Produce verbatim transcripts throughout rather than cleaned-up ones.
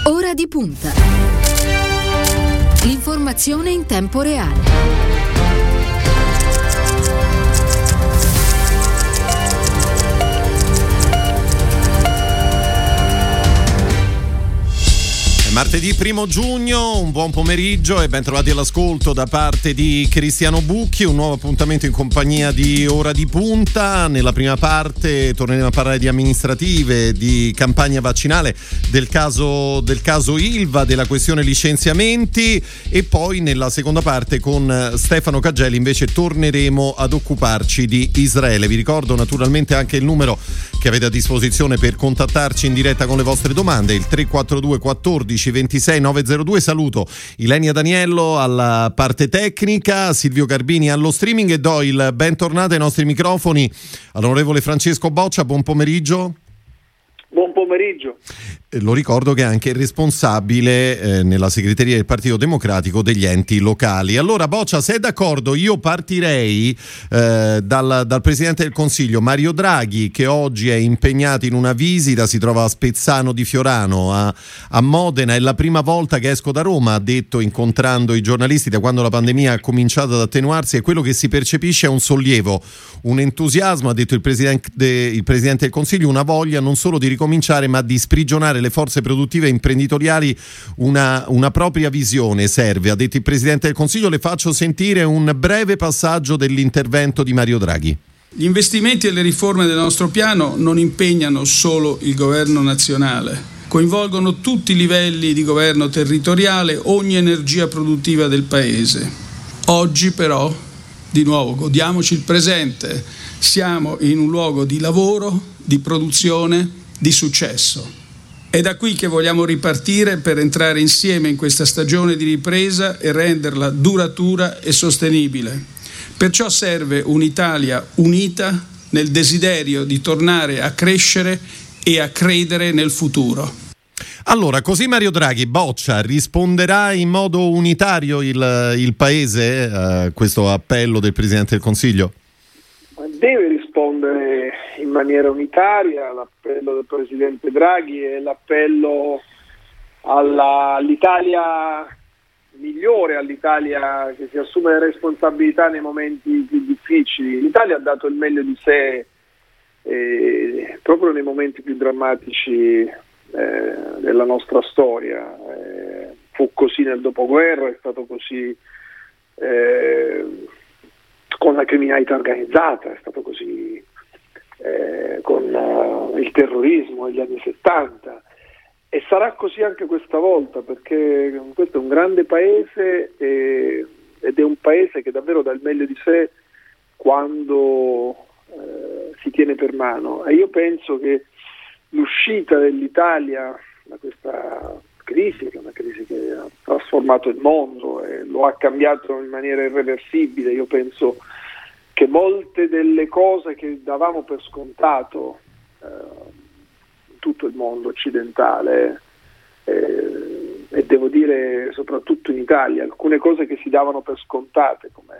Ora di punta. L'informazione in tempo reale. Martedì primo giugno, un buon pomeriggio e ben trovati all'ascolto da parte di Cristiano Bucchi, un nuovo appuntamento in compagnia di Ora di Punta. Nella prima parte torneremo a parlare di amministrative, di campagna vaccinale, del caso, del caso Ilva, della questione licenziamenti, e poi nella seconda parte con Stefano Caggelli invece torneremo ad occuparci di Israele. Vi ricordo naturalmente anche il numero che avete a disposizione per contattarci in diretta con le vostre domande, il tre quattro due quattordici ventisei novecentodue. Saluto Ilenia Daniello alla parte tecnica, Silvio Garbini allo streaming e do il bentornato ai nostri microfoni all'onorevole Francesco Boccia. Buon pomeriggio. Buon pomeriggio. Lo ricordo che è anche responsabile eh, nella segreteria del Partito Democratico degli enti locali. Allora Boccia, se è d'accordo, io partirei eh, dal, dal Presidente del Consiglio Mario Draghi, che oggi è impegnato in una visita, si trova a Spezzano di Fiorano, a, a Modena. È la prima volta che esco da Roma, ha detto, incontrando i giornalisti da quando la pandemia ha cominciato ad attenuarsi, e quello che si percepisce è un sollievo, un entusiasmo, ha detto il Presidente, il Presidente del Consiglio, una voglia non solo di ricominciare ma di sprigionare le forze produttive e imprenditoriali, una, una propria visione serve, ha detto il Presidente del Consiglio. Le faccio sentire un breve passaggio dell'intervento di Mario Draghi. Gli investimenti e le riforme del nostro piano non impegnano solo il governo nazionale, coinvolgono tutti i livelli di governo territoriale, ogni energia produttiva del Paese. Oggi però, di nuovo, godiamoci il presente, siamo in un luogo di lavoro, di produzione, di successo. È da qui che vogliamo ripartire per entrare insieme in questa stagione di ripresa e renderla duratura e sostenibile. Perciò serve un'Italia unita nel desiderio di tornare a crescere e a credere nel futuro. Allora, così Mario Draghi, Boccia, risponderà in modo unitario il, il Paese a questo appello del Presidente del Consiglio? Deve rispondere in maniera unitaria all'appello del Presidente Draghi e l'appello alla, all'Italia migliore, all'Italia che si assume le responsabilità nei momenti più difficili. L'Italia ha dato il meglio di sé eh, proprio nei momenti più drammatici eh, della nostra storia. Eh, fu così nel dopoguerra, è stato così eh, con la criminalità organizzata, è stato così eh, con uh, il terrorismo negli anni settanta, e sarà così anche questa volta, perché questo è un grande paese e, ed è un paese che davvero dà il meglio di sé quando eh, si tiene per mano. E io penso che l'uscita dell'Italia da questa crisi, che è una crisi che ha trasformato il mondo e lo ha cambiato in maniera irreversibile, io penso che molte delle cose che davamo per scontato eh, in tutto il mondo occidentale eh, e devo dire soprattutto in Italia, alcune cose che si davano per scontate, come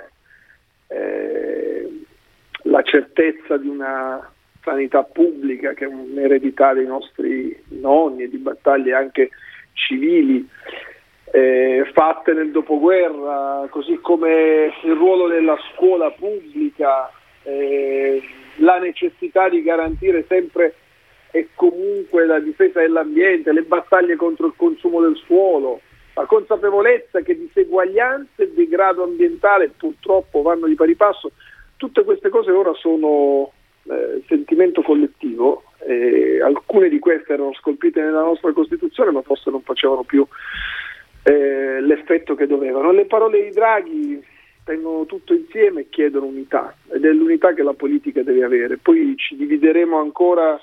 eh, la certezza di una sanità pubblica, che è un'eredità dei nostri nonni e di battaglie anche civili eh, fatte nel dopoguerra, così come il ruolo della scuola pubblica, eh, la necessità di garantire sempre e comunque la difesa dell'ambiente, le battaglie contro il consumo del suolo, la consapevolezza che diseguaglianza e degrado ambientale purtroppo vanno di pari passo. Tutte queste cose ora sono eh, sentimento collettivo. Eh, alcune di queste erano scolpite nella nostra Costituzione, ma forse non facevano più eh, l'effetto che dovevano. Le parole di Draghi tengono tutto insieme e chiedono unità, ed è l'unità che la politica deve avere. Poi ci divideremo ancora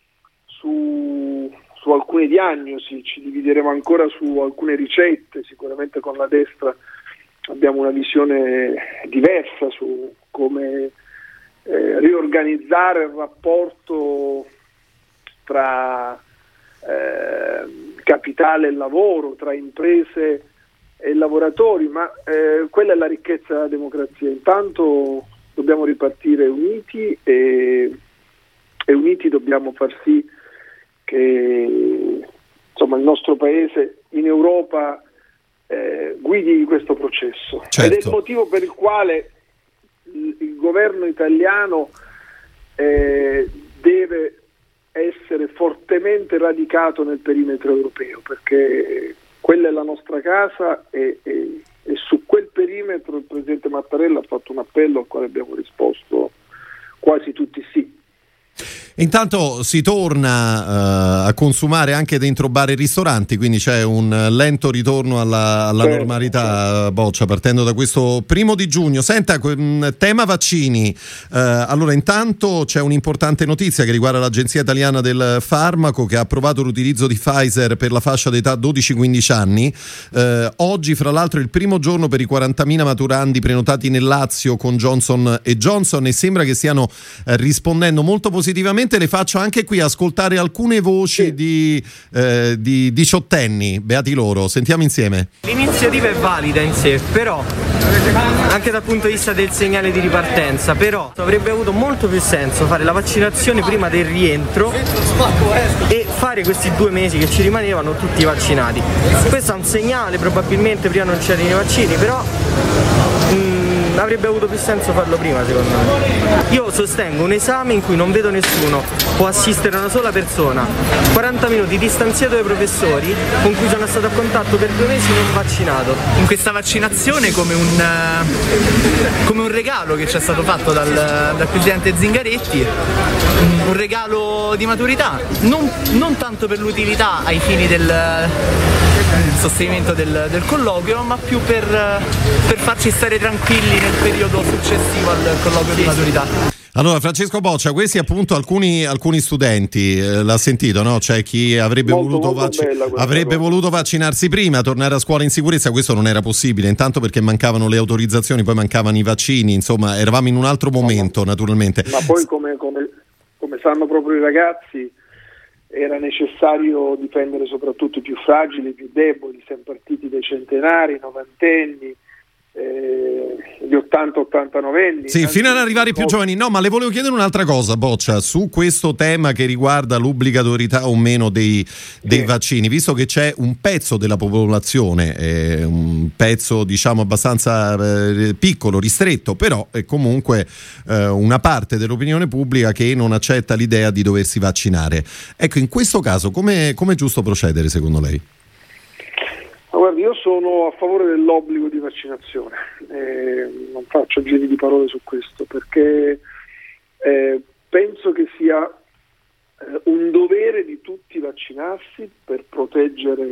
su, su alcune diagnosi, ci divideremo ancora su alcune ricette. Sicuramente con la destra abbiamo una visione diversa su come eh, riorganizzare il rapporto tra eh, capitale e lavoro, tra imprese e lavoratori, ma eh, quella è la ricchezza della democrazia. Intanto dobbiamo ripartire uniti e, e uniti dobbiamo far sì che insomma il nostro paese in Europa eh, guidi questo processo. Certo. Ed è il motivo per il quale il, il governo italiano eh, deve essere fortemente radicato nel perimetro europeo, perché quella è la nostra casa e, e, e su quel perimetro il Presidente Mattarella ha fatto un appello al quale abbiamo risposto quasi tutti sì. Intanto si torna uh, a consumare anche dentro bar e ristoranti, quindi c'è un lento ritorno alla, alla certo, normalità, certo. Boccia, partendo da questo primo di giugno. Senta, tema vaccini, uh, allora intanto c'è un'importante notizia che riguarda l'Agenzia Italiana del Farmaco, che ha approvato l'utilizzo di Pfizer per la fascia d'età dodici quindici anni. Uh, oggi fra l'altro è il primo giorno per i quarantamila maturandi prenotati nel Lazio con Johnson e Johnson, e sembra che stiano uh, rispondendo molto positivamente. Le faccio anche qui ascoltare alcune voci sì. di, eh, di diciottenni, beati loro, sentiamo insieme. L'iniziativa è valida in sé, però anche dal punto di vista del segnale di ripartenza, però avrebbe avuto molto più senso fare la vaccinazione prima del rientro e fare questi due mesi che ci rimanevano tutti vaccinati. Questo è un segnale, probabilmente prima non c'erano i vaccini, però mh, avrebbe avuto più senso farlo prima, secondo me. Io sostengo un esame in cui non vedo nessuno, può assistere una sola persona, quaranta minuti distanziato dai professori con cui sono stato a contatto per due mesi non vaccinato. In questa vaccinazione come un, come un regalo che ci è stato fatto dal, dal presidente Zingaretti, un regalo di maturità, non, non tanto per l'utilità ai fini del sostenimento del, del colloquio, ma più per, per farci stare tranquilli nel periodo successivo al colloquio di maturità. Allora, Francesco Boccia, questi appunto alcuni, alcuni studenti, eh, l'ha sentito, no? C'è chi avrebbe, molto, voluto, molto vac- avrebbe voluto vaccinarsi prima, tornare a scuola in sicurezza. Questo non era possibile, intanto perché mancavano le autorizzazioni, poi mancavano i vaccini, insomma eravamo in un altro momento, no, naturalmente. Ma poi come, come, come sanno proprio i ragazzi, era necessario difendere soprattutto i più fragili, i più deboli. Siamo partiti dai centenari, novantenni, eh, gli ottanta ottantanove anni. Sì, fino ad arrivare ai più giovani. No, ma le volevo chiedere un'altra cosa, Boccia, su questo tema che riguarda l'obbligatorietà o meno dei, dei sì. vaccini, visto che c'è un pezzo della popolazione, eh, un pezzo diciamo abbastanza eh, piccolo, ristretto, però è comunque eh, una parte dell'opinione pubblica che non accetta l'idea di doversi vaccinare. Ecco, in questo caso come è giusto procedere secondo lei? Ma guardi, io sono a favore dell'obbligo di vaccinazione, eh, non faccio giri di parole su questo, perché eh, penso che sia eh, un dovere di tutti vaccinarsi per proteggere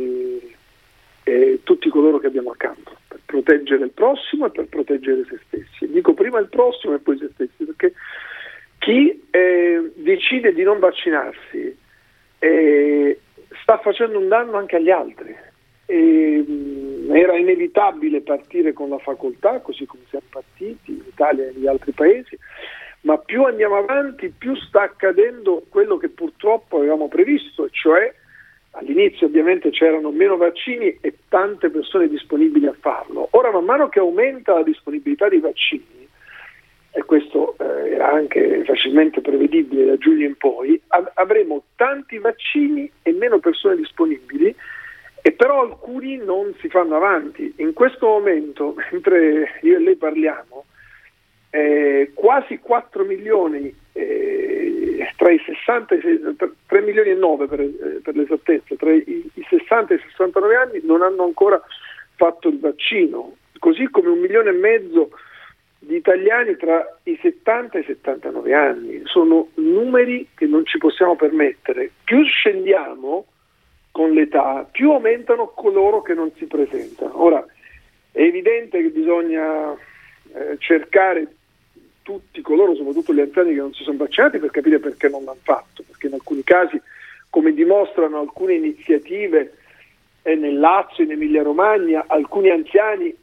eh, tutti coloro che abbiamo accanto, per proteggere il prossimo e per proteggere se stessi. Dico prima il prossimo e poi se stessi, perché chi eh, decide di non vaccinarsi eh, sta facendo un danno anche agli altri. E, mh, era inevitabile partire con la facoltà, così come siamo partiti in Italia e negli altri paesi, ma più andiamo avanti più sta accadendo quello che purtroppo avevamo previsto, cioè all'inizio ovviamente c'erano meno vaccini e tante persone disponibili a farlo. Ora man mano che aumenta la disponibilità di vaccini, e questo eh, era anche facilmente prevedibile da giugno in poi, av- avremo tanti vaccini e meno persone disponibili, e però alcuni non si fanno avanti. In questo momento, mentre io e lei parliamo, eh, quasi quattro milioni, eh, tra i sessanta e tre milioni e nove per, eh, per l'esattezza, tra i, i sessanta e i sessantanove anni non hanno ancora fatto il vaccino, così come un milione e mezzo di italiani tra i settanta e i settantanove anni. Sono numeri che non ci possiamo permettere. Più scendiamo con l'età, più aumentano coloro che non si presentano. Ora, è evidente che bisogna eh, cercare tutti coloro, soprattutto gli anziani che non si sono vaccinati, per capire perché non l'hanno fatto, perché in alcuni casi, come dimostrano alcune iniziative eh, nel Lazio, in Emilia Romagna, alcuni anziani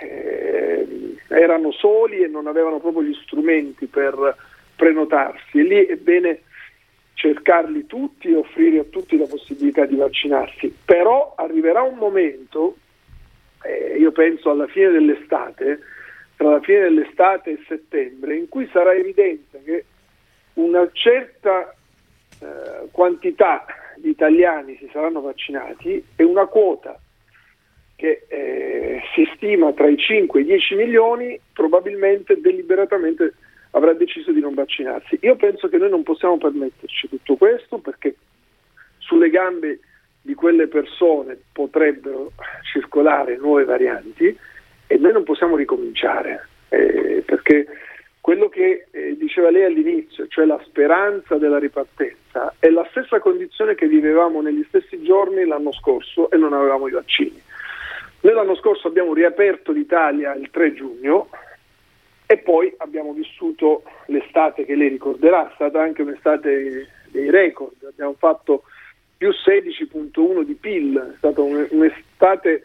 eh, erano soli e non avevano proprio gli strumenti per prenotarsi, e lì è bene cercarli tutti e offrire a tutti la possibilità di vaccinarsi. Però arriverà un momento, eh, io penso alla fine dell'estate, tra la fine dell'estate e settembre, in cui sarà evidente che una certa eh, quantità di italiani si saranno vaccinati e una quota che eh, si stima tra i cinque e i dieci milioni probabilmente deliberatamente avrà deciso di non vaccinarsi. Io penso che noi non possiamo permetterci tutto questo, perché sulle gambe di quelle persone potrebbero circolare nuove varianti e noi non possiamo ricominciare, eh, perché quello che eh, diceva lei all'inizio, cioè la speranza della ripartenza, è la stessa condizione che vivevamo negli stessi giorni l'anno scorso e non avevamo i vaccini. Noi l'anno scorso abbiamo riaperto l'Italia il tre giugno e poi abbiamo vissuto l'estate che lei ricorderà, è stata anche un'estate dei record, abbiamo fatto più sedici virgola uno di P I L, è stata un'estate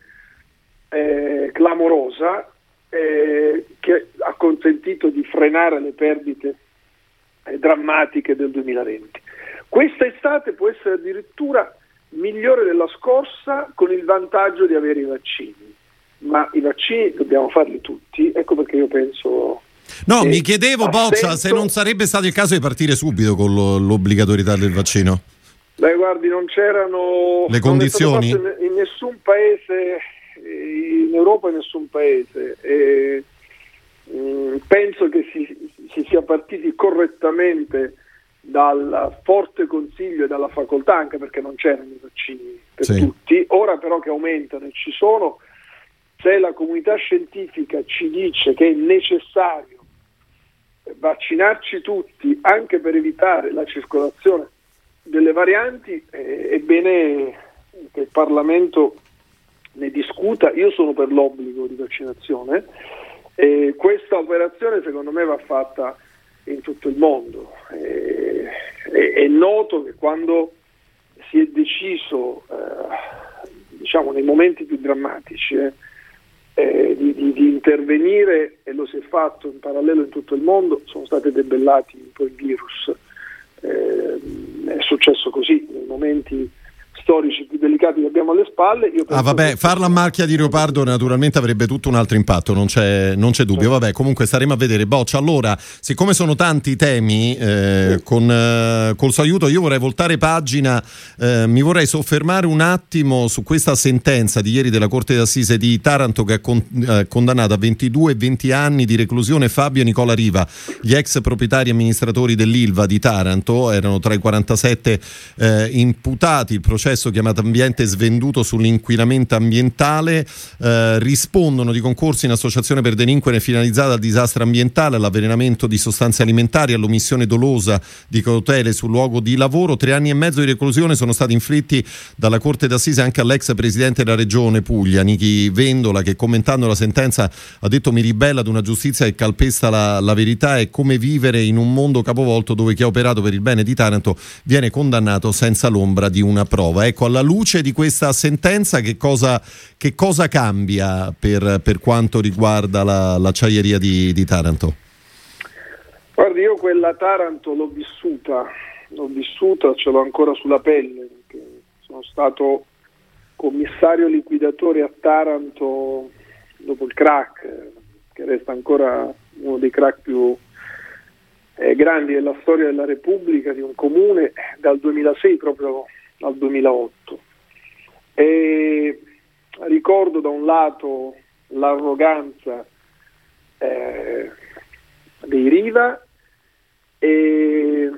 eh, clamorosa eh, che ha consentito di frenare le perdite eh, drammatiche del duemilaventi. Questa estate può essere addirittura migliore della scorsa, con il vantaggio di avere i vaccini, ma i vaccini dobbiamo farli tutti, ecco perché io penso... No, mi chiedevo, Boccia, senso... se non sarebbe stato il caso di partire subito con lo, l'obbligatorietà del vaccino. Beh, guardi, non c'erano le condizioni non è stato fatto in nessun paese, in Europa in nessun paese, e mh, penso che si, si sia partiti correttamente dal forte consiglio e dalla facoltà, anche perché non c'erano i vaccini per sì. tutti. Ora però che aumentano e ci sono, se la comunità scientifica ci dice che è necessario vaccinarci tutti anche per evitare la circolazione delle varianti, eh, è bene che il Parlamento ne discuta. Io sono per l'obbligo di vaccinazione e questa operazione secondo me va fatta in tutto il mondo. Eh, è, è noto che quando si è deciso, eh, diciamo nei momenti più drammatici, eh, eh, di, di, di intervenire, e lo si è fatto in parallelo in tutto il mondo, sono stati debellati un po' il virus. Eh, è successo così nei momenti storici più delicati che abbiamo alle spalle. Io ah vabbè, farla a macchia di leopardo naturalmente avrebbe tutto un altro impatto, non c'è, non c'è dubbio. Vabbè, comunque staremo a vedere. Boccia, allora, siccome sono tanti temi, eh, sì. con eh, col suo aiuto io vorrei voltare pagina, eh, mi vorrei soffermare un attimo su questa sentenza di ieri della Corte d'Assise di Taranto, che ha con, eh, condannato a ventidue e venti anni di reclusione Fabio e Nicola Riva, gli ex proprietari amministratori dell'Ilva di Taranto. Erano tra i quarantasette eh, imputati. Il processo chiamato Ambiente Svenduto sull'inquinamento ambientale, eh, rispondono di concorsi in associazione per delinquere finalizzata al disastro ambientale, all'avvelenamento di sostanze alimentari, all'omissione dolosa di cautele sul luogo di lavoro. Tre anni e mezzo di reclusione sono stati inflitti dalla Corte d'Assise anche all'ex presidente della Regione Puglia, Nichi Vendola, che commentando la sentenza ha detto: mi ribella ad una giustizia che calpesta la, la verità, è come vivere in un mondo capovolto dove chi ha operato per il bene di Taranto viene condannato senza l'ombra di una prova. Ecco, alla luce di questa sentenza, che cosa, che cosa cambia per, per quanto riguarda la, l'acciaieria di, di Taranto? Guardi, io quella Taranto l'ho vissuta, l'ho vissuta, ce l'ho ancora sulla pelle, perché sono stato commissario liquidatore a Taranto dopo il crack, che resta ancora uno dei crack più eh, grandi della storia della Repubblica, di un comune, dal duemilasei proprio al duemilaotto, e ricordo da un lato l'arroganza eh, dei Riva e,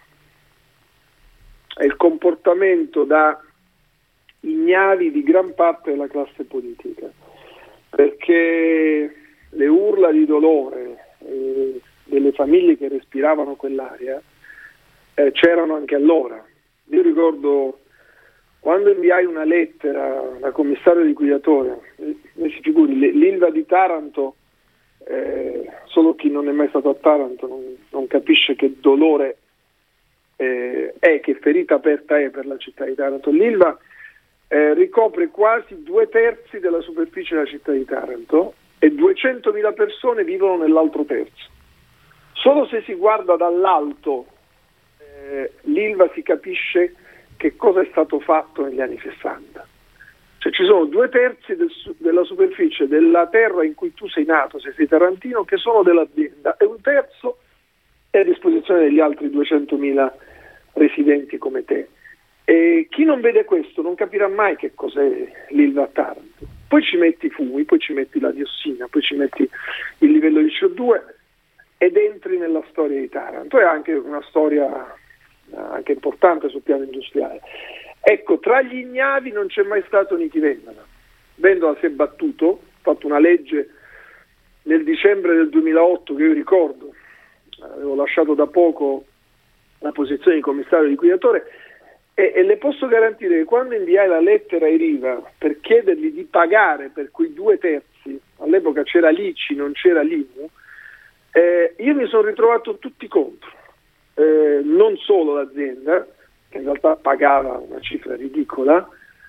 e il comportamento da ignavi di gran parte della classe politica, perché le urla di dolore eh, delle famiglie che respiravano quell'aria eh, c'erano anche allora. Io ricordo quando inviai una lettera da commissario liquidatore, eh, si figuri, l'Ilva di Taranto, eh, solo chi non è mai stato a Taranto non, non capisce che dolore eh, è, che ferita aperta è per la città di Taranto. L'Ilva eh, ricopre quasi due terzi della superficie della città di Taranto e duecentomila persone vivono nell'altro terzo. Solo se si guarda dall'alto eh, l'Ilva si capisce che cosa è stato fatto negli anni sessanta. Cioè ci sono due terzi del, della superficie della terra in cui tu sei nato, se sei tarantino, che sono dell'azienda, e un terzo è a disposizione degli altri duecentomila residenti come te. E chi non vede questo non capirà mai che cos'è l'Ilva a Taranto. Poi ci metti i fumi, poi ci metti la diossina, poi ci metti il livello di C O due ed entri nella storia di Taranto. È anche una storia anche importante sul piano industriale. Ecco, tra gli ignavi non c'è mai stato Nichi Vendola. Vendola si è battuto, ha fatto una legge nel dicembre del duemilaotto che io ricordo, avevo lasciato da poco la posizione di commissario liquidatore e, e le posso garantire che quando inviai la lettera ai Riva per chiedergli di pagare per quei due terzi, all'epoca c'era l'I C I, non c'era l'I M U, eh, io mi sono ritrovato tutti contro, eh, non solo l'azienda, che in realtà pagava una cifra ridicola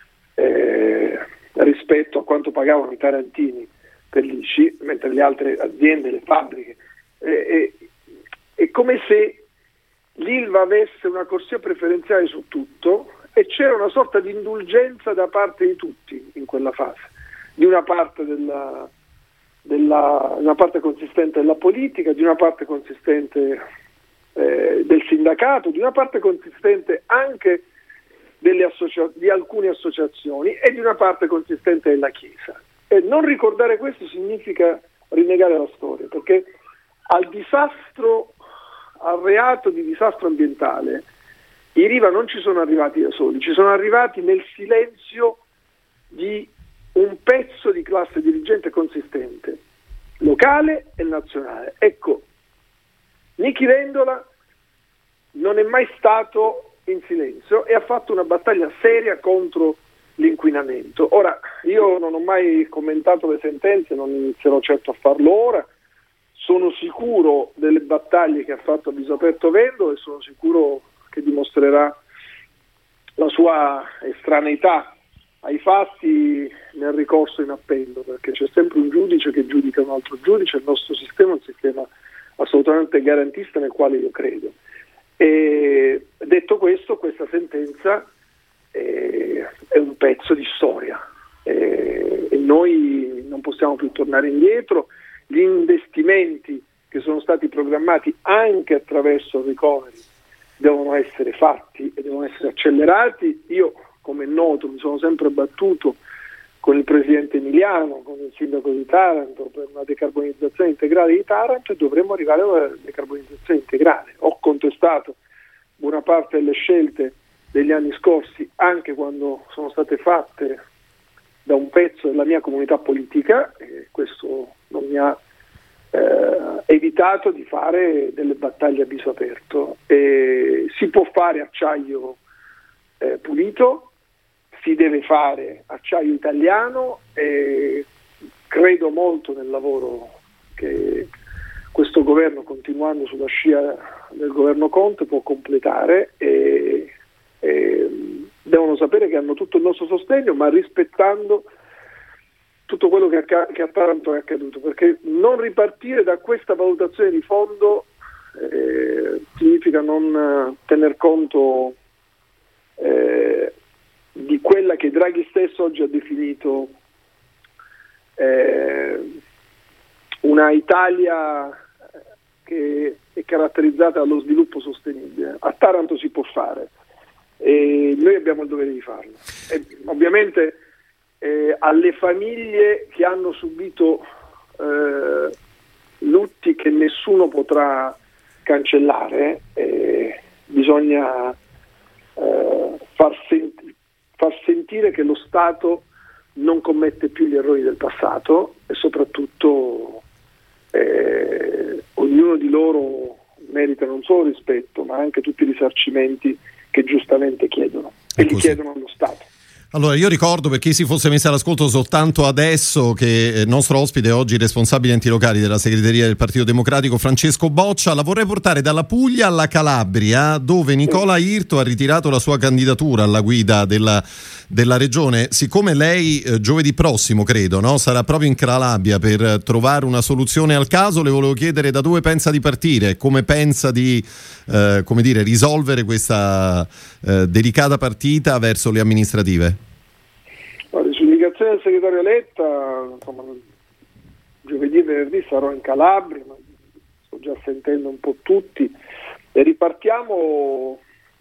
eh, rispetto a quanto pagavano i tarantini per l'I C I, mentre le altre aziende, le fabbriche, eh, eh, è come se l'Ilva avesse una corsia preferenziale su tutto e c'era una sorta di indulgenza da parte di tutti in quella fase, di una parte della, della una parte consistente della politica, di una parte consistente eh, del sindacato, di una parte consistente anche delle associa- di alcune associazioni e di una parte consistente della Chiesa. E non ricordare questo significa rinnegare la storia, perché al disastro, al reato di disastro ambientale, i Riva non ci sono arrivati da soli, ci sono arrivati nel silenzio di un pezzo di classe dirigente consistente, locale e nazionale. Ecco, Nichi Vendola non è mai stato in silenzio e ha fatto una battaglia seria contro l'inquinamento. Ora, io non ho mai commentato le sentenze, non inizierò certo a farlo ora. Sono sicuro delle battaglie che ha fatto a viso aperto Vendola e sono sicuro che dimostrerà la sua estraneità ai fatti nel ricorso in appello, perché c'è sempre un giudice che giudica un altro giudice. Il nostro sistema è un sistema assolutamente garantista nel quale io credo. E detto questo, questa sentenza è, è un pezzo di storia e, e noi non possiamo più tornare indietro. Gli investimenti che sono stati programmati anche attraverso il recovery devono essere fatti e devono essere accelerati. Io, come è noto, mi sono sempre battuto con il presidente Emiliano, con il sindaco di Taranto per una decarbonizzazione integrale di Taranto e dovremmo arrivare a una decarbonizzazione integrale. Ho contestato buona parte delle scelte degli anni scorsi, anche quando sono state fatte da un pezzo della mia comunità politica, e questo non mi ha eh, evitato di fare delle battaglie a viso aperto. E si può fare acciaio eh, pulito, si deve fare acciaio italiano e credo molto nel lavoro che questo governo, continuando sulla scia del governo Conte, può completare e, e devono sapere che hanno tutto il nostro sostegno, ma rispettando tutto quello che, acc- che a Taranto è accaduto, perché non ripartire da questa valutazione di fondo eh, significa non tener conto eh, di quella che Draghi stesso oggi ha definito eh, una Italia che è caratterizzata dallo sviluppo sostenibile. A Taranto si può fare e noi abbiamo il dovere di farlo. E ovviamente eh, alle famiglie che hanno subito eh, lutti che nessuno potrà cancellare eh, bisogna eh, far, senti- far sentire che lo Stato non commette più gli errori del passato e soprattutto eh, ognuno di loro merita non solo rispetto ma anche tutti i risarcimenti che giustamente chiedono e li chiedono allo Stato. Allora, io ricordo, per chi si fosse messo all'ascolto soltanto adesso, che il nostro ospite è oggi responsabile enti locali della segreteria del Partito Democratico, Francesco Boccia. La vorrei portare dalla Puglia alla Calabria, dove Nicola Irto ha ritirato la sua candidatura alla guida della, della regione. Siccome lei eh, giovedì prossimo, credo, no, sarà proprio in Calabria per trovare una soluzione al caso, le volevo chiedere da dove pensa di partire, come pensa di eh, come dire, risolvere questa eh, delicata partita verso le amministrative. L'indicazione del segretario Letta, insomma, giovedì e venerdì sarò in Calabria, ma sto già sentendo un po' tutti, e ripartiamo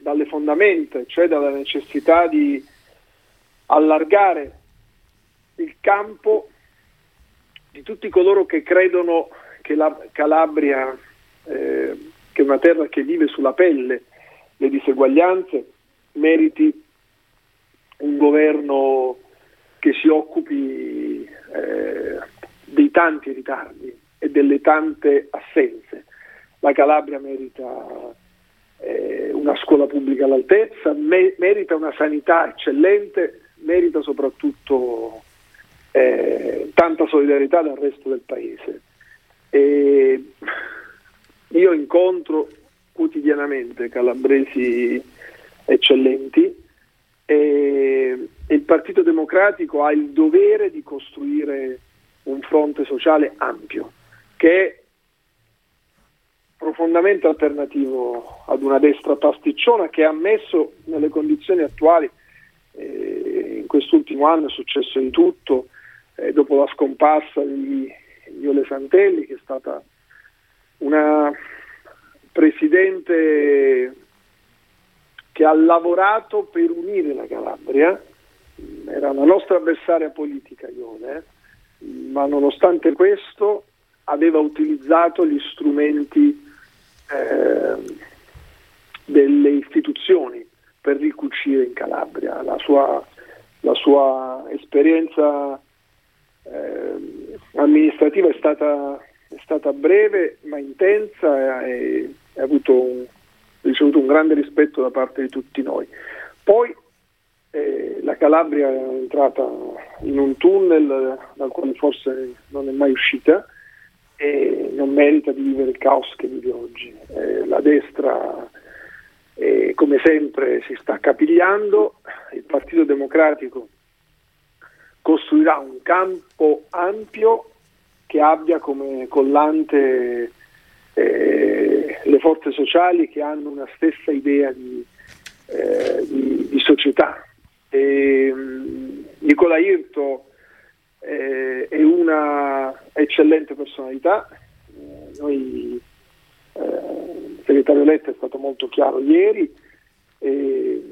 dalle fondamenta, cioè dalla necessità di allargare il campo di tutti coloro che credono che la Calabria, eh, che è una terra che vive sulla pelle le diseguaglianze, meriti un governo che si occupi eh, dei tanti ritardi e delle tante assenze. La Calabria merita eh, una scuola pubblica all'altezza, me- merita una sanità eccellente, merita soprattutto eh, tanta solidarietà dal resto del paese. E io incontro quotidianamente calabresi eccellenti e il Partito Democratico ha il dovere di costruire un fronte sociale ampio che è profondamente alternativo ad una destra pasticciona che ha messo nelle condizioni attuali, eh, in quest'ultimo anno è successo di tutto, eh, dopo la scomparsa di Iole Santelli, che è stata una presidente che ha lavorato per unire la Calabria, era una nostra avversaria politica Iole, ma nonostante questo aveva utilizzato gli strumenti eh, delle istituzioni per ricucire in Calabria. La sua, la sua esperienza eh, amministrativa è stata, è stata breve ma intensa e ha avuto un, ricevuto un grande rispetto da parte di tutti noi. Poi eh, la Calabria è entrata in un tunnel dal quale forse non è mai uscita e non merita di vivere il caos che vive oggi. Eh, la destra, eh, come sempre, si sta capigliando, il Partito Democratico costruirà un campo ampio che abbia come collante eh, le forze sociali che hanno una stessa idea di, eh, di, di società. E, um, Nicola Irto eh, è una eccellente personalità. Eh, noi, eh, il segretario Letta è stato molto chiaro ieri, e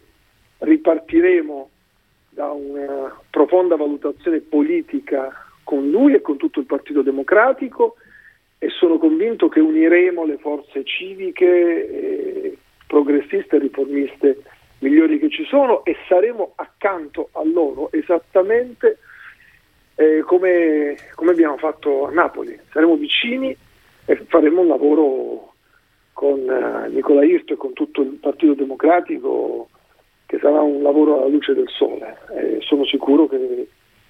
ripartiremo da una profonda valutazione politica con lui e con tutto il Partito Democratico, e sono convinto che uniremo le forze civiche, eh, progressiste e riformiste migliori che ci sono, e saremo accanto a loro esattamente eh, come, come abbiamo fatto a Napoli. Saremo vicini e faremo un lavoro con eh, Nicola Irto e con tutto il Partito Democratico che sarà un lavoro alla luce del sole. Eh, sono sicuro che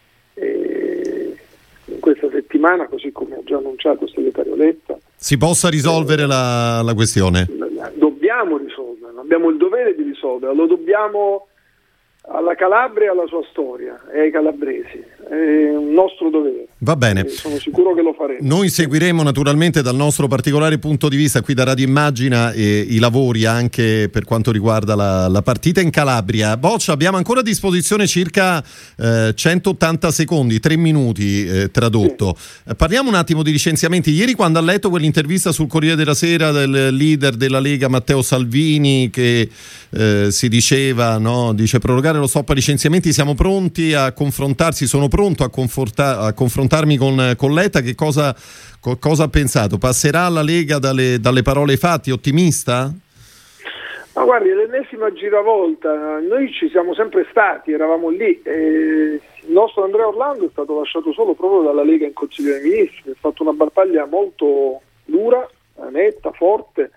eh, in questa settimana, così come ha già annunciato il segretario Letta, si possa risolvere eh, la, la questione. Dobbiamo risolverlo, abbiamo il dovere di risolverlo, lo dobbiamo alla Calabria e alla sua storia e ai calabresi, è un nostro dovere. Va bene. E sono sicuro che lo faremo. Noi seguiremo naturalmente dal nostro particolare punto di vista qui da Radio Immagina eh, i lavori anche per quanto riguarda la, la partita in Calabria. Boccia, abbiamo ancora a disposizione circa eh, centottanta secondi, tre minuti eh, tradotto. Sì. Eh, parliamo un attimo di licenziamenti. Ieri, quando ha letto quell'intervista sul Corriere della Sera del leader della Lega Matteo Salvini che eh, si diceva, no, dice prorogare lo stop ai licenziamenti, siamo pronti a confrontarsi, sono pronto a, conforta- a confrontarmi con, con Letta. Che cosa, co- cosa ha pensato? Passerà la Lega dalle, dalle parole ai fatti? Ottimista? Ma guardi, è l'ennesima giravolta. Noi ci siamo sempre stati, eravamo lì. E il nostro Andrea Orlando è stato lasciato solo proprio dalla Lega in Consiglio dei Ministri, ha fatto una battaglia molto dura, netta, forte.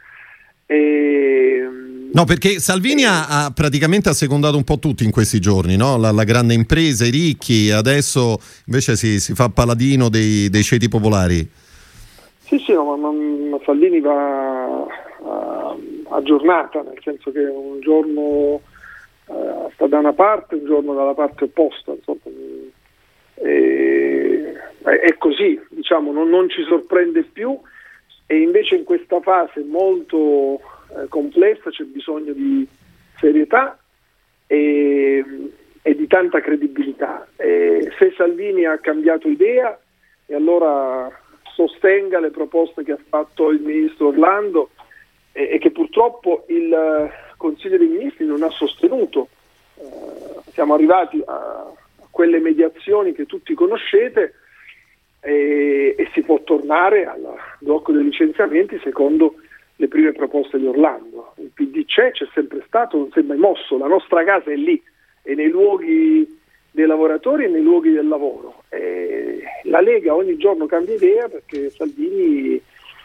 E... No, perché Salvini ha, ha praticamente assecondato un po' tutti in questi giorni, no? La, la grande impresa, i ricchi, adesso invece si, si fa paladino dei, dei ceti popolari. Sì, sì, no, ma, ma Salvini va a, a giornata, nel senso che un giorno uh, sta da una parte, un giorno dalla parte opposta, insomma. E, è così, diciamo, non, non ci sorprende più. E invece in questa fase molto eh, complessa c'è bisogno di serietà e, e di tanta credibilità. E se Salvini ha cambiato idea, e allora sostenga le proposte che ha fatto il ministro Orlando e, e che purtroppo il Consiglio dei Ministri non ha sostenuto. Eh, siamo arrivati a, a quelle mediazioni che tutti conoscete e, e si può tornare al blocco dei licenziamenti secondo le prime proposte di Orlando. Il P D c'è, c'è sempre stato, non si è mai mosso, la nostra casa è lì, è nei luoghi dei lavoratori e nei luoghi del lavoro. E la Lega ogni giorno cambia idea perché Salvini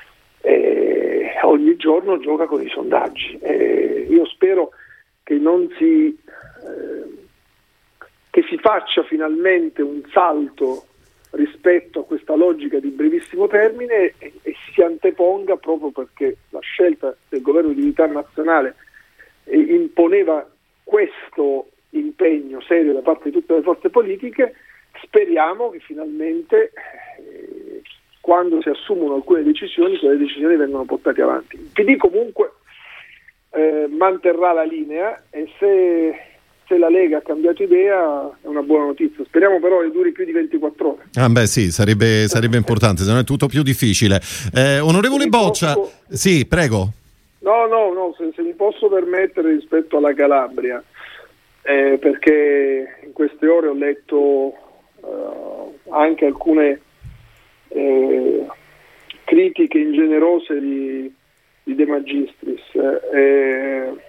eh, ogni giorno gioca con i sondaggi. E io spero che non si eh, che si faccia finalmente un salto rispetto a questa logica di brevissimo termine e, e si anteponga, proprio perché la scelta del governo di unità nazionale eh, imponeva questo impegno serio da parte di tutte le forze politiche. Speriamo che finalmente eh, quando si assumono alcune decisioni, quelle decisioni vengono portate avanti. Il P D comunque eh, manterrà la linea e se se la Lega ha cambiato idea è una buona notizia. Speriamo però che duri più di ventiquattro ore. Ah beh sì, sarebbe, sarebbe importante, se no è tutto più difficile. Eh, onorevole mi Boccia, posso... sì, prego. No, no, no, se, se mi posso permettere rispetto alla Calabria, eh, perché in queste ore ho letto eh, anche alcune eh, critiche ingenerose di, di De Magistris. Eh,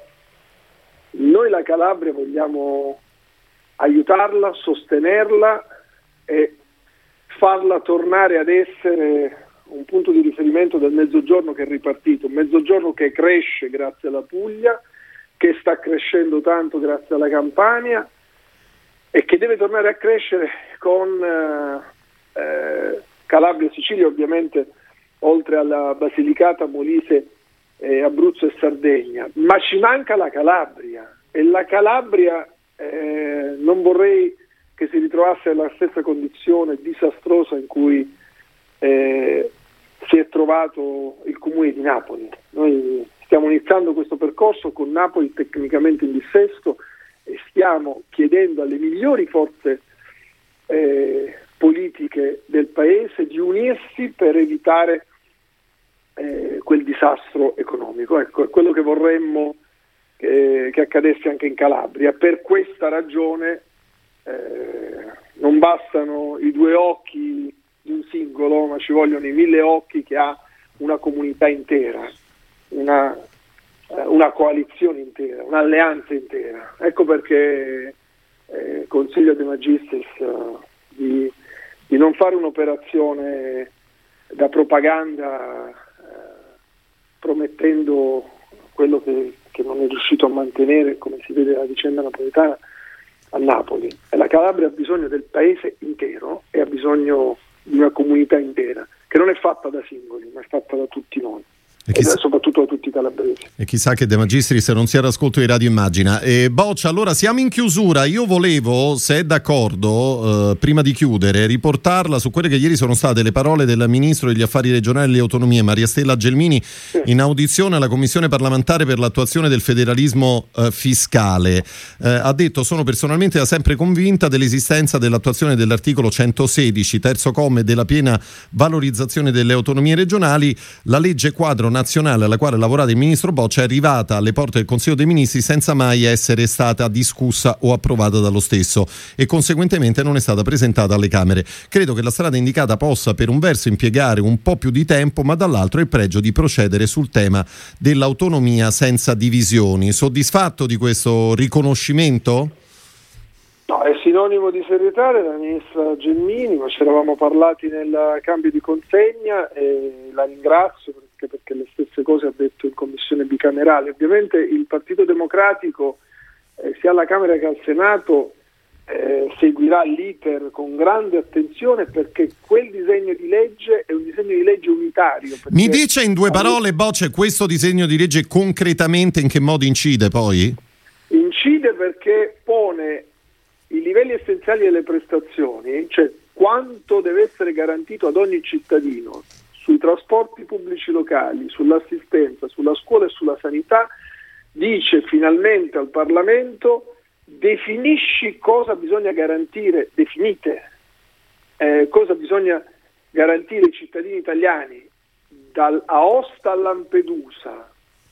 Noi la Calabria vogliamo aiutarla, sostenerla e farla tornare ad essere un punto di riferimento del Mezzogiorno che è ripartito, un Mezzogiorno che cresce grazie alla Puglia, che sta crescendo tanto grazie alla Campania e che deve tornare a crescere con eh, eh, Calabria e Sicilia, ovviamente oltre alla Basilicata, Molise, Eh, Abruzzo e Sardegna, ma ci manca la Calabria e la Calabria eh, non vorrei che si ritrovasse nella stessa condizione disastrosa in cui eh, si è trovato il comune di Napoli. Noi stiamo iniziando questo percorso con Napoli tecnicamente in dissesto e stiamo chiedendo alle migliori forze eh, politiche del paese di unirsi per evitare Eh, quel disastro economico. Ecco, è quello che vorremmo che, che accadesse anche in Calabria. Per questa ragione eh, non bastano i due occhi di un singolo, ma ci vogliono i mille occhi che ha una comunità intera, una, eh, una coalizione intera, un'alleanza intera. Ecco perché eh, consiglio a De Magistris uh, di, di non fare un'operazione da propaganda promettendo quello che, che non è riuscito a mantenere, come si vede la vicenda napoletana a Napoli. E la Calabria ha bisogno del paese intero e ha bisogno di una comunità intera, che non è fatta da singoli, ma è fatta da tutti noi. E, chissà, e soprattutto da tutti i calabresi. E chissà che De Magistris non sia all'ascolto di Radio Immagina. E Boccia, allora siamo in chiusura. Io volevo, se è d'accordo, eh, prima di chiudere, riportarla su quelle che ieri sono state le parole del Ministro degli Affari Regionali e delle Autonomie, Maria Stella Gelmini, sì, in audizione alla Commissione parlamentare per l'attuazione del federalismo eh, fiscale. Eh, ha detto: sono personalmente da sempre convinta dell'esistenza dell'attuazione dell'articolo centosedici, terzo comma, e della piena valorizzazione delle autonomie regionali. La legge quadro nazionale alla quale ha lavorato il ministro Boccia è arrivata alle porte del Consiglio dei Ministri senza mai essere stata discussa o approvata dallo stesso e conseguentemente non è stata presentata alle Camere. Credo che la strada indicata possa per un verso impiegare un po' più di tempo, ma dall'altro il pregio di procedere sul tema dell'autonomia senza divisioni. Soddisfatto di questo riconoscimento? No, è sinonimo di serietà della ministra Gelmini, ma ci eravamo parlati nel cambio di consegna e la ringrazio perché, perché le stesse cose ha detto in commissione bicamerale. Ovviamente il Partito Democratico eh, sia alla Camera che al Senato eh, seguirà l'iter con grande attenzione perché quel disegno di legge è un disegno di legge unitario. Mi dice in due parole, Boccia, questo disegno di legge concretamente in che modo incide poi? Incide perché pone i livelli essenziali delle prestazioni, cioè quanto deve essere garantito ad ogni cittadino sui trasporti pubblici locali, sull'assistenza, sulla scuola e sulla sanità, dice finalmente al Parlamento: definisci cosa bisogna garantire, definite eh, cosa bisogna garantire ai cittadini italiani dall'Aosta a Lampedusa,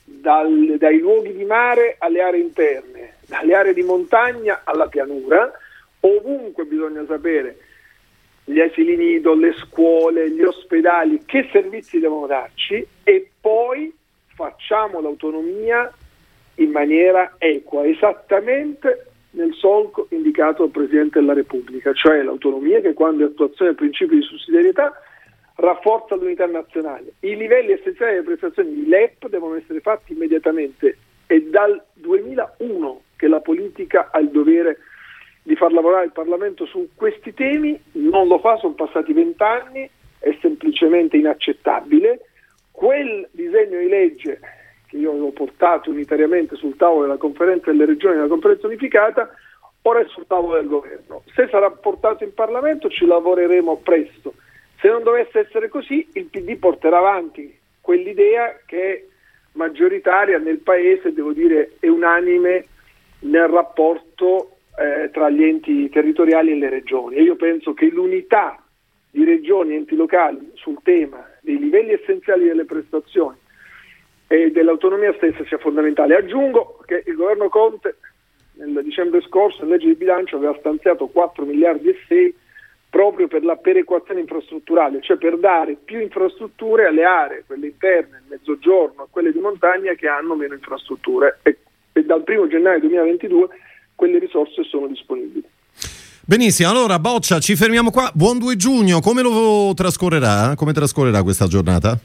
dal, dai luoghi di mare alle aree interne, dalle aree di montagna alla pianura. Ovunque bisogna sapere gli asili nido, le scuole, gli ospedali, che servizi devono darci, e poi facciamo l'autonomia in maniera equa, esattamente nel solco indicato dal Presidente della Repubblica, cioè l'autonomia che, quando è attuazione del principio di sussidiarietà, rafforza l'unità nazionale. I livelli essenziali delle prestazioni di L E P devono essere fatti immediatamente. È dal duemilauno che la politica ha il dovere di far lavorare il Parlamento su questi temi, non lo fa, sono passati vent'anni, è semplicemente inaccettabile. Quel disegno di legge che io avevo portato unitariamente sul tavolo della Conferenza delle Regioni e della Conferenza Unificata, ora è sul tavolo del Governo. Se sarà portato in Parlamento ci lavoreremo presto. Se non dovesse essere così, il P D porterà avanti quell'idea che è maggioritaria nel Paese, devo dire è unanime nel rapporto eh, tra gli enti territoriali e le regioni. E io penso che l'unità di regioni e enti locali sul tema dei livelli essenziali delle prestazioni e dell'autonomia stessa sia fondamentale. Aggiungo che il governo Conte nel dicembre scorso in legge di bilancio aveva stanziato quattro miliardi e sei proprio per la perequazione infrastrutturale, cioè per dare più infrastrutture alle aree, quelle interne, il mezzogiorno, a quelle di montagna che hanno meno infrastrutture, e, e dal primo gennaio duemilaventidue quelle risorse sono disponibili. Benissimo, allora Boccia, ci fermiamo qua. Buon due giugno, come lo trascorrerà? Come trascorrerà questa giornata?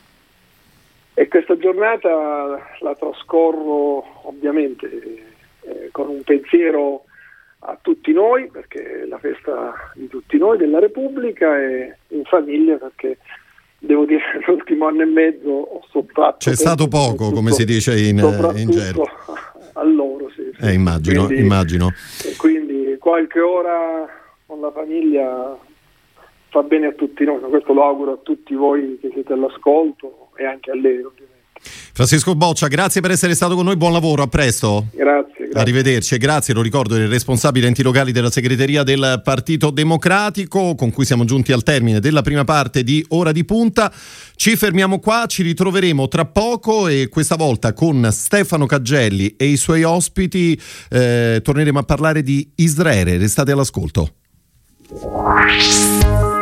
E questa giornata la trascorro ovviamente eh, con un pensiero a tutti noi, perché è la festa di tutti noi della Repubblica, e in famiglia, perché devo dire che l'ultimo anno e mezzo ho sottratto... C'è stato poco, come si dice in, in gergo. A loro, sì. sì. Eh, immagino, quindi, immagino. Quindi qualche ora con la famiglia fa bene a tutti noi, questo lo auguro a tutti voi che siete all'ascolto e anche a lei, ovviamente. Francesco Boccia, grazie per essere stato con noi, buon lavoro, a presto. Grazie, grazie. Arrivederci e grazie, lo ricordo, il responsabile enti locali della segreteria del Partito Democratico, con cui siamo giunti al termine della prima parte di Ora di Punta. Ci fermiamo qua, ci ritroveremo tra poco e questa volta con Stefano Caggelli e i suoi ospiti eh, torneremo a parlare di Israele. Restate all'ascolto.